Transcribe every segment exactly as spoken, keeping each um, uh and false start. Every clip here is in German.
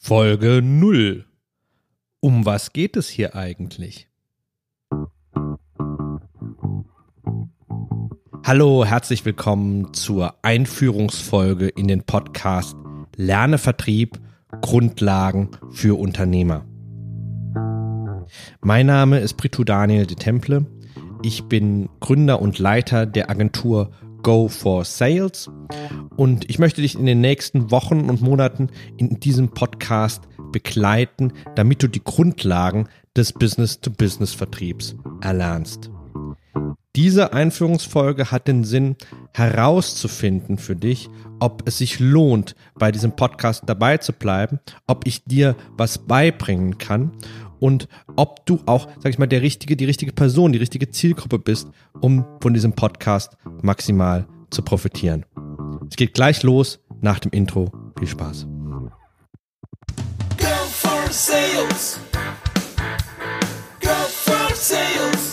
Folge null. Um was geht es hier eigentlich? Hallo, herzlich willkommen zur Einführungsfolge in den Podcast Lerne Vertrieb, Grundlagen für Unternehmer. Mein Name ist Prithu Daniel de Temple. Ich bin Gründer und Leiter der Agentur Go for Sales und ich möchte dich in den nächsten Wochen und Monaten in diesem Podcast begleiten, damit du die Grundlagen des Business-to-Business-Vertriebs erlernst. Diese Einführungsfolge hat den Sinn, herauszufinden für dich, ob es sich lohnt, bei diesem Podcast dabei zu bleiben, ob ich dir was beibringen kann und ob du auch, sag ich mal, der richtige, die richtige Person, die richtige Zielgruppe bist, um von diesem Podcast maximal zu profitieren. Es geht gleich los nach dem Intro. Viel Spaß. Go for sales. Go for sales.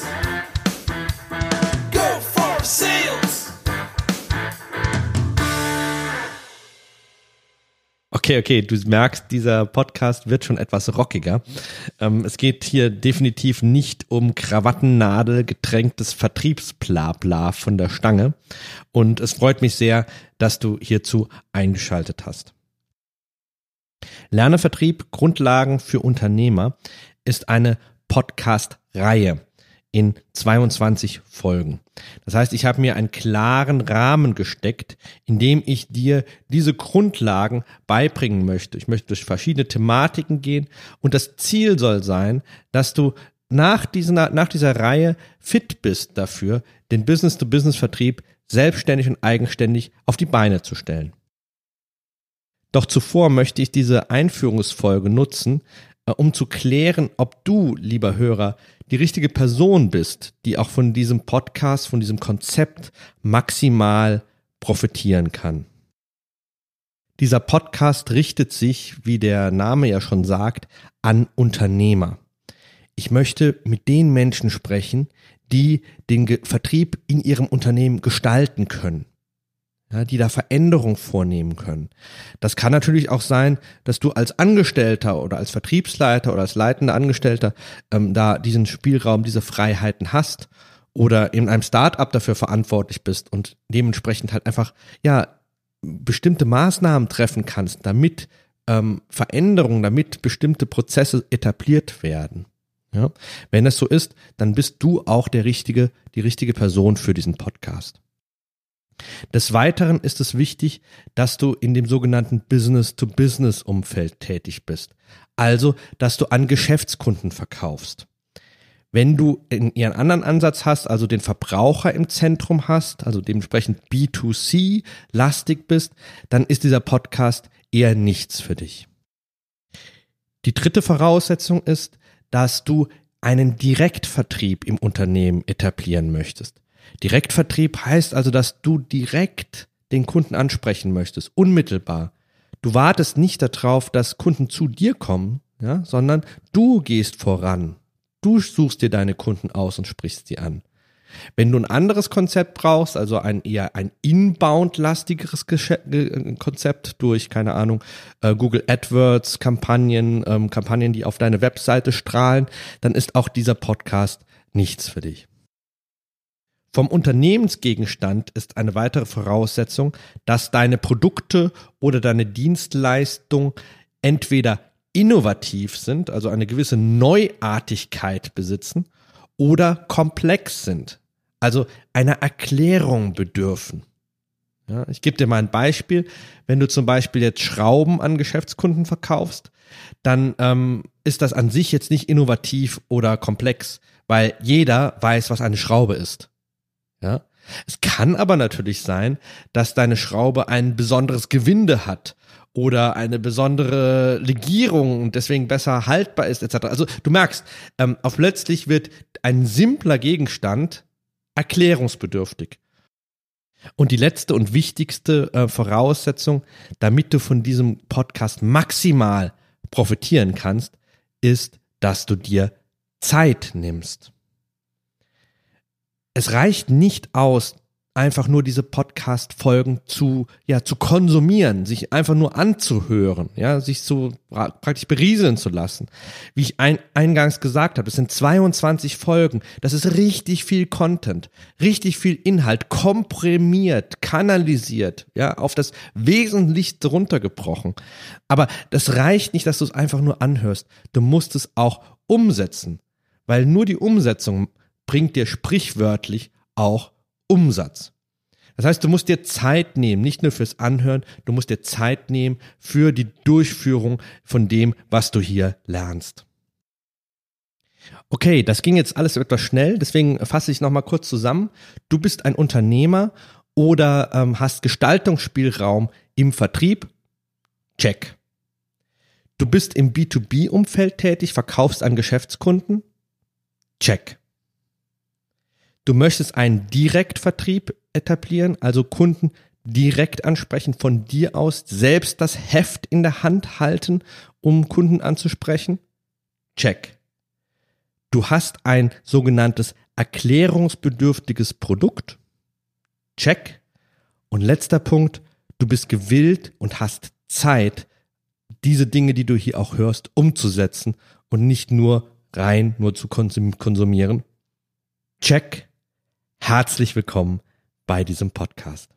Go for sales. Okay, okay, du merkst, dieser Podcast wird schon etwas rockiger. Ähm, es geht hier definitiv nicht um Krawattennadel getränktes Vertriebsblabla von der Stange. Und es freut mich sehr, dass du hierzu eingeschaltet hast. Lerne Vertrieb, Grundlagen für Unternehmer ist eine Podcast-Reihe in zweiundzwanzig Folgen. Das heißt, ich habe mir einen klaren Rahmen gesteckt, in dem ich dir diese Grundlagen beibringen möchte. Ich möchte durch verschiedene Thematiken gehen und das Ziel soll sein, dass du nach dieser, nach dieser Reihe fit bist dafür, den Business-to-Business-Vertrieb selbstständig und eigenständig auf die Beine zu stellen. Doch zuvor möchte ich diese Einführungsfolge nutzen, um zu klären, ob du, lieber Hörer, die richtige Person bist, die auch von diesem Podcast, von diesem Konzept maximal profitieren kann. Dieser Podcast richtet sich, wie der Name ja schon sagt, an Unternehmer. Ich möchte mit den Menschen sprechen, die den Ge- Vertrieb in ihrem Unternehmen gestalten können. Ja, die da Veränderungen vornehmen können. Das kann natürlich auch sein, dass du als Angestellter oder als Vertriebsleiter oder als leitender Angestellter ähm, da diesen Spielraum, diese Freiheiten hast oder in einem Start-up dafür verantwortlich bist und dementsprechend halt einfach ja bestimmte Maßnahmen treffen kannst, damit ähm, Veränderungen, damit bestimmte Prozesse etabliert werden. Ja? Wenn das so ist, dann bist du auch der richtige, die richtige Person für diesen Podcast. Des Weiteren ist es wichtig, dass du in dem sogenannten Business-to-Business-Umfeld tätig bist. Also, dass du an Geschäftskunden verkaufst. Wenn du ihren anderen Ansatz hast, also den Verbraucher im Zentrum hast, also dementsprechend B to C lastig bist, dann ist dieser Podcast eher nichts für dich. Die dritte Voraussetzung ist, dass du einen Direktvertrieb im Unternehmen etablieren möchtest. Direktvertrieb heißt also, dass du direkt den Kunden ansprechen möchtest, unmittelbar. Du wartest nicht darauf, dass Kunden zu dir kommen, ja, sondern du gehst voran. Du suchst dir deine Kunden aus und sprichst sie an. Wenn du ein anderes Konzept brauchst, also ein eher ein inbound-lastigeres Gesche- Konzept durch, keine Ahnung, äh, Google AdWords, Kampagnen, ähm, Kampagnen, die auf deine Webseite strahlen, dann ist auch dieser Podcast nichts für dich. Vom Unternehmensgegenstand ist eine weitere Voraussetzung, dass deine Produkte oder deine Dienstleistung entweder innovativ sind, also eine gewisse Neuartigkeit besitzen, oder komplex sind, also einer Erklärung bedürfen. Ja, ich gebe dir mal ein Beispiel. Wenn du zum Beispiel jetzt Schrauben an Geschäftskunden verkaufst, dann ähm, ist das an sich jetzt nicht innovativ oder komplex, weil jeder weiß, was eine Schraube ist. Ja? Es kann aber natürlich sein, dass deine Schraube ein besonderes Gewinde hat oder eine besondere Legierung und deswegen besser haltbar ist et cetera. Also du merkst, ähm, auf plötzlich wird ein simpler Gegenstand erklärungsbedürftig. Und die letzte und wichtigste äh, Voraussetzung, damit du von diesem Podcast maximal profitieren kannst, ist, dass du dir Zeit nimmst. Es reicht nicht aus, einfach nur diese Podcast-Folgen zu, ja, zu konsumieren, sich einfach nur anzuhören, ja, sich so pra- praktisch berieseln zu lassen. Wie ich ein, eingangs gesagt habe, es sind zweiundzwanzig Folgen, das ist richtig viel Content, richtig viel Inhalt, komprimiert, kanalisiert, ja, auf das Wesentlichste runtergebrochen. Aber das reicht nicht, dass du es einfach nur anhörst, du musst es auch umsetzen, weil nur die Umsetzung bringt dir sprichwörtlich auch Umsatz. Das heißt, du musst dir Zeit nehmen, nicht nur fürs Anhören, du musst dir Zeit nehmen für die Durchführung von dem, was du hier lernst. Okay, das ging jetzt alles etwas schnell, deswegen fasse ich nochmal kurz zusammen. Du bist ein Unternehmer oder ähm, hast Gestaltungsspielraum im Vertrieb? Check. Du bist im B zwei B-Umfeld tätig, verkaufst an Geschäftskunden? Check. Du möchtest einen Direktvertrieb etablieren, also Kunden direkt ansprechen, von dir aus selbst das Heft in der Hand halten, um Kunden anzusprechen? Check. Du hast ein sogenanntes erklärungsbedürftiges Produkt? Check. Und letzter Punkt, du bist gewillt und hast Zeit, diese Dinge, die du hier auch hörst, umzusetzen und nicht nur rein nur zu konsum- konsumieren? Check. Herzlich willkommen bei diesem Podcast.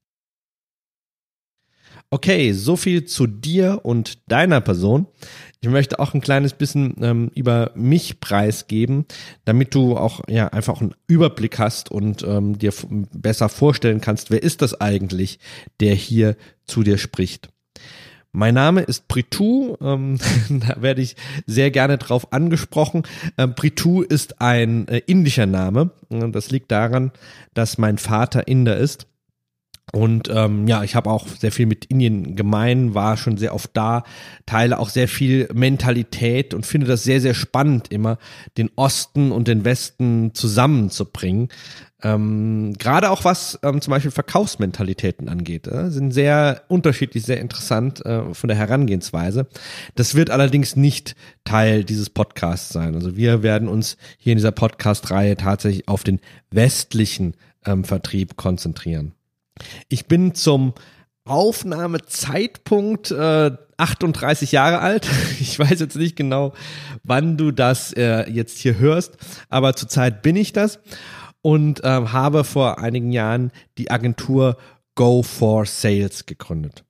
Okay, so viel zu dir und deiner Person. Ich möchte auch ein kleines bisschen ähm, über mich preisgeben, damit du auch ja einfach einen Überblick hast und ähm, dir f- besser vorstellen kannst, wer ist das eigentlich, der hier zu dir spricht. Mein Name ist Prithu, ähm, da werde ich sehr gerne drauf angesprochen. Ähm, Prithu ist ein äh, indischer Name. Das liegt daran, dass mein Vater Inder ist. Und ähm, ja, ich habe auch sehr viel mit Indien gemein, war schon sehr oft da, teile auch sehr viel Mentalität und finde das sehr, sehr spannend, immer den Osten und den Westen zusammenzubringen. Ähm, gerade auch was ähm, zum Beispiel Verkaufsmentalitäten angeht, äh, sind sehr unterschiedlich, sehr interessant äh, von der Herangehensweise. Das wird allerdings nicht Teil dieses Podcasts sein. Also wir werden uns hier in dieser Podcast-Reihe tatsächlich auf den westlichen ähm, Vertrieb konzentrieren. Ich bin zum Aufnahmezeitpunkt äh, achtunddreißig Jahre alt. Ich weiß jetzt nicht genau, wann du das äh, jetzt hier hörst, aber zurzeit bin ich das und ähm, habe vor einigen Jahren die Agentur Go for Sales gegründet.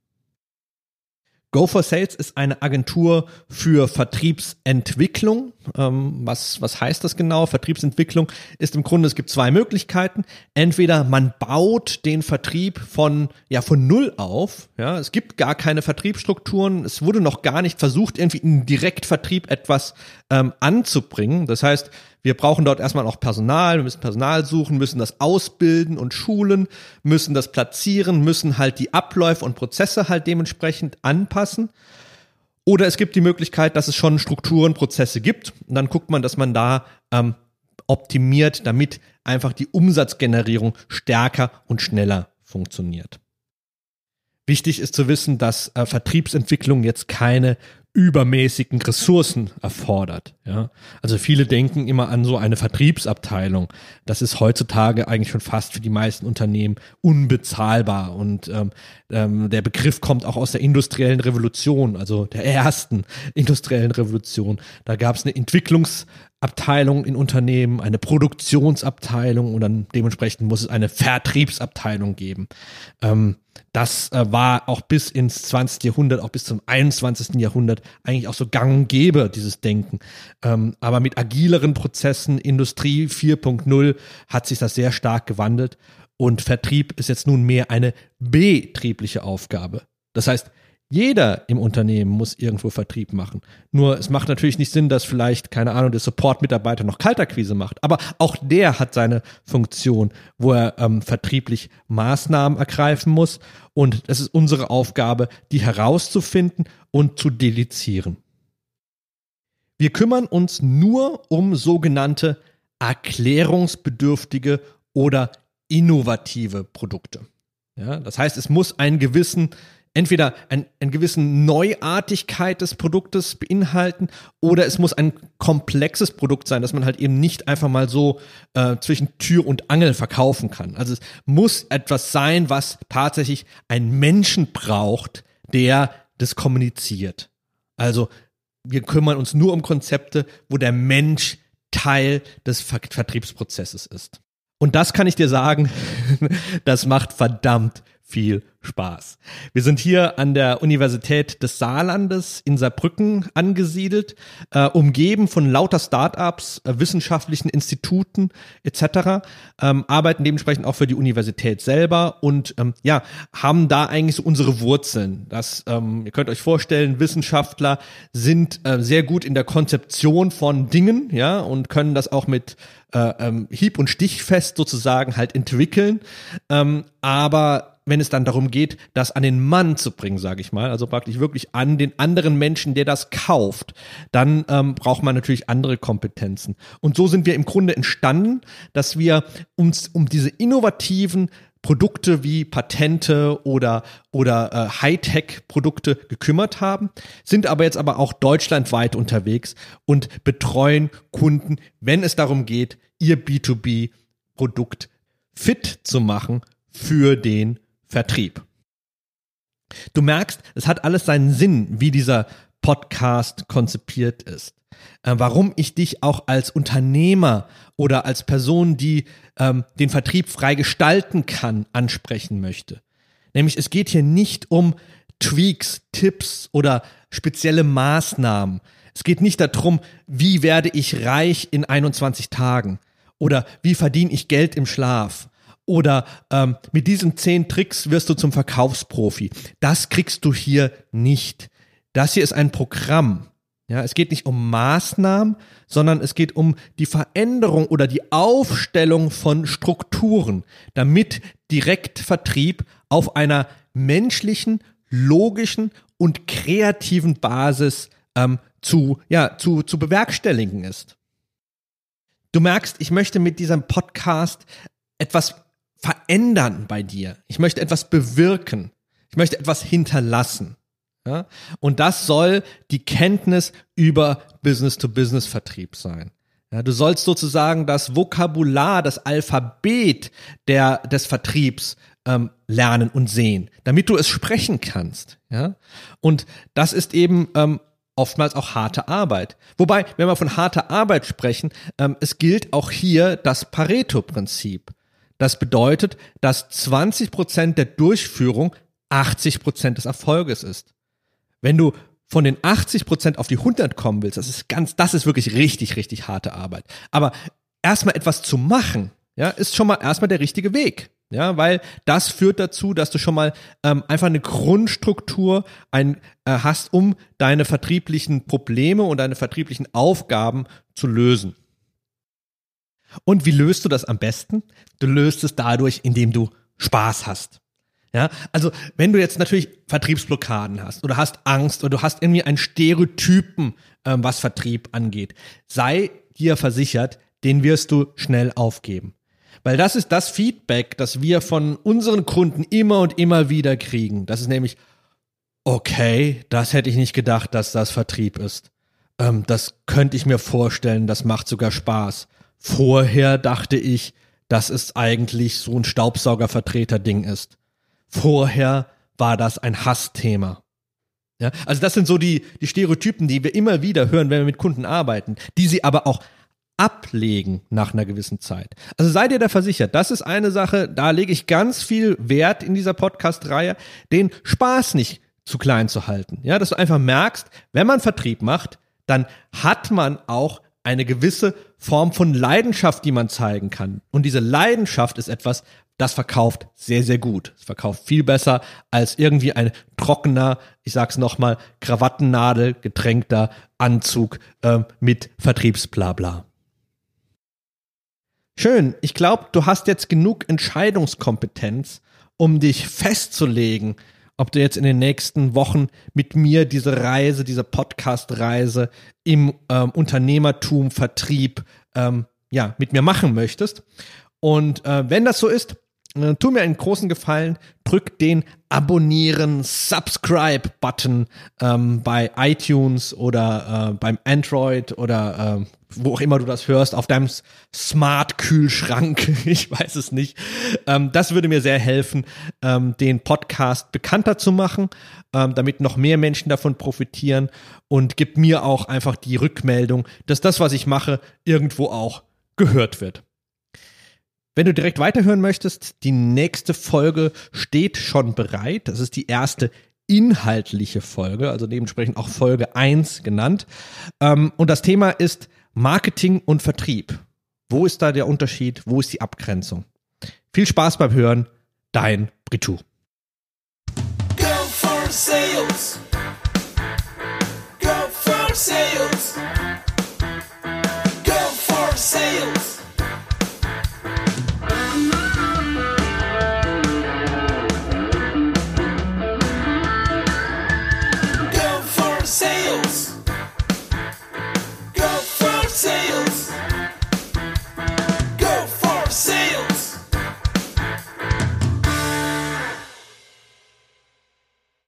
Go for Sales ist eine Agentur für Vertriebsentwicklung. Ähm, was, was heißt das genau? Vertriebsentwicklung ist im Grunde, es gibt zwei Möglichkeiten. Entweder man baut den Vertrieb von, ja, von Null auf. Ja, es gibt gar keine Vertriebsstrukturen. Es wurde noch gar nicht versucht, irgendwie in Direktvertrieb etwas ähm, anzubringen. Das heißt, wir brauchen dort erstmal auch Personal, wir müssen Personal suchen, müssen das ausbilden und schulen, müssen das platzieren, müssen halt die Abläufe und Prozesse halt dementsprechend anpassen. Oder es gibt die Möglichkeit, dass es schon Strukturen, Prozesse gibt und dann guckt man, dass man da ähm, optimiert, damit einfach die Umsatzgenerierung stärker und schneller funktioniert. Wichtig ist zu wissen, dass äh, Vertriebsentwicklung jetzt keine übermäßigen Ressourcen erfordert. Ja, also viele denken immer an so eine Vertriebsabteilung. Das ist heutzutage eigentlich schon fast für die meisten Unternehmen unbezahlbar und ähm, ähm, der Begriff kommt auch aus der industriellen Revolution, also der ersten industriellen Revolution. Da gab es eine Entwicklungsabteilung in Unternehmen, eine Produktionsabteilung und dann dementsprechend muss es eine Vertriebsabteilung geben. Ähm, Das äh, war auch bis ins zwanzigste Jahrhundert, auch bis zum einundzwanzigsten Jahrhundert eigentlich auch so gang und gäbe, dieses Denken. Ähm, aber mit agileren Prozessen, Industrie vier Punkt null, hat sich das sehr stark gewandelt und Vertrieb ist jetzt nun mehr eine betriebliche Aufgabe. Das heißt, jeder im Unternehmen muss irgendwo Vertrieb machen. Nur es macht natürlich nicht Sinn, dass vielleicht, keine Ahnung, der Support-Mitarbeiter noch Kaltakquise macht. Aber auch der hat seine Funktion, wo er ähm, vertrieblich Maßnahmen ergreifen muss. Und es ist unsere Aufgabe, die herauszufinden und zu delezieren. Wir kümmern uns nur um sogenannte erklärungsbedürftige oder innovative Produkte. Ja, das heißt, es muss einen gewissen entweder ein, eine gewisse Neuartigkeit des Produktes beinhalten oder es muss ein komplexes Produkt sein, dass man halt eben nicht einfach mal so äh, zwischen Tür und Angel verkaufen kann. Also es muss etwas sein, was tatsächlich ein Menschen braucht, der das kommuniziert. Also wir kümmern uns nur um Konzepte, wo der Mensch Teil des Ver- Vertriebsprozesses ist. Und das kann ich dir sagen, das macht verdammt viel Spaß. Wir sind hier an der Universität des Saarlandes in Saarbrücken angesiedelt, äh, umgeben von lauter Startups, äh, wissenschaftlichen Instituten et cetera, ähm, arbeiten dementsprechend auch für die Universität selber und ähm, ja, haben da eigentlich so unsere Wurzeln. Das, ähm, ihr könnt euch vorstellen, Wissenschaftler sind äh, sehr gut in der Konzeption von Dingen, ja, und können das auch mit äh, ähm, hieb- und stichfest sozusagen halt entwickeln, ähm, aber wenn es dann darum geht, das an den Mann zu bringen, sage ich mal, also praktisch wirklich an den anderen Menschen, der das kauft, dann ähm, braucht man natürlich andere Kompetenzen. Und so sind wir im Grunde entstanden, dass wir uns um diese innovativen Produkte wie Patente oder oder äh, Hightech-Produkte gekümmert haben, sind aber jetzt aber auch deutschlandweit unterwegs und betreuen Kunden, wenn es darum geht, ihr B zwei B-Produkt fit zu machen für den Vertrieb. Du merkst, es hat alles seinen Sinn, wie dieser Podcast konzipiert ist. Äh, warum ich dich auch als Unternehmer oder als Person, die ähm, den Vertrieb frei gestalten kann, ansprechen möchte. Nämlich es geht hier nicht um Tweaks, Tipps oder spezielle Maßnahmen. Es geht nicht darum, wie werde ich reich in einundzwanzig Tagen oder wie verdiene ich Geld im Schlaf. Oder ähm, mit diesen zehn Tricks wirst du zum Verkaufsprofi. Das kriegst du hier nicht. Das hier ist ein Programm. Ja, es geht nicht um Maßnahmen, sondern es geht um die Veränderung oder die Aufstellung von Strukturen, damit Direktvertrieb auf einer menschlichen, logischen und kreativen Basis ähm, zu, ja, zu, zu bewerkstelligen ist. Du merkst, ich möchte mit diesem Podcast etwas verändern bei dir. Ich möchte etwas bewirken. Ich möchte etwas hinterlassen. Ja? Und das soll die Kenntnis über Business-to-Business-Vertrieb sein. Ja, du sollst sozusagen das Vokabular, das Alphabet der, des Vertriebs ähm, lernen und sehen, damit du es sprechen kannst. Ja? Und das ist eben ähm, oftmals auch harte Arbeit. Wobei, wenn wir von harter Arbeit sprechen, ähm, es gilt auch hier das Pareto-Prinzip. Das bedeutet, dass zwanzig Prozent der Durchführung achtzig Prozent des Erfolges ist. Wenn du von den achtzig Prozent auf die hundert kommen willst, das ist ganz, das ist wirklich richtig, richtig harte Arbeit. Aber erstmal etwas zu machen, ja, ist schon mal erstmal der richtige Weg. Ja, weil das führt dazu, dass du schon mal ähm, einfach eine Grundstruktur ein, äh, hast, um deine vertrieblichen Probleme und deine vertrieblichen Aufgaben zu lösen. Und wie löst du das am besten? Du löst es dadurch, indem du Spaß hast. Ja, also wenn du jetzt natürlich Vertriebsblockaden hast oder hast Angst oder du hast irgendwie einen Stereotypen, ähm, was Vertrieb angeht, sei dir versichert, den wirst du schnell aufgeben. Weil das ist das Feedback, das wir von unseren Kunden immer und immer wieder kriegen. Das ist nämlich, okay, das hätte ich nicht gedacht, dass das Vertrieb ist. Ähm, das könnte ich mir vorstellen, das macht sogar Spaß. Vorher dachte ich, dass es eigentlich so ein Staubsaugervertreter-Ding ist. Vorher war das ein Hassthema. Ja, also das sind so die, die Stereotypen, die wir immer wieder hören, wenn wir mit Kunden arbeiten, die sie aber auch ablegen nach einer gewissen Zeit. Also seid ihr da versichert, das ist eine Sache, da lege ich ganz viel Wert in dieser Podcast-Reihe, den Spaß nicht zu klein zu halten. Ja, dass du einfach merkst, wenn man Vertrieb macht, dann hat man auch eine gewisse Form von Leidenschaft, die man zeigen kann. Und diese Leidenschaft ist etwas, das verkauft sehr, sehr gut. Es verkauft viel besser als irgendwie ein trockener, ich sag's nochmal, Krawattennadel getränkter Anzug äh, mit Vertriebsblabla. Schön, ich glaube, du hast jetzt genug Entscheidungskompetenz, um dich festzulegen, ob du jetzt in den nächsten Wochen mit mir diese Reise, diese Podcast-Reise im ähm, Unternehmertum, Vertrieb, ähm, ja, mit mir machen möchtest. Und äh, wenn das so ist, äh, tu mir einen großen Gefallen, drück den Abonnieren, Subscribe-Button ähm, bei iTunes oder äh, beim Android oder äh, wo auch immer du das hörst, auf deinem Smart-Kühlschrank, ich weiß es nicht. Ähm, das würde mir sehr helfen, ähm, den Podcast bekannter zu machen, ähm, damit noch mehr Menschen davon profitieren und gibt mir auch einfach die Rückmeldung, dass das, was ich mache, irgendwo auch gehört wird. Wenn du direkt weiterhören möchtest, die nächste Folge steht schon bereit. Das ist die erste inhaltliche Folge, also dementsprechend auch Folge eins genannt. Ähm, und das Thema ist Marketing und Vertrieb. Wo ist da der Unterschied? Wo ist die Abgrenzung? Viel Spaß beim Hören. Dein Britou. Go for sales.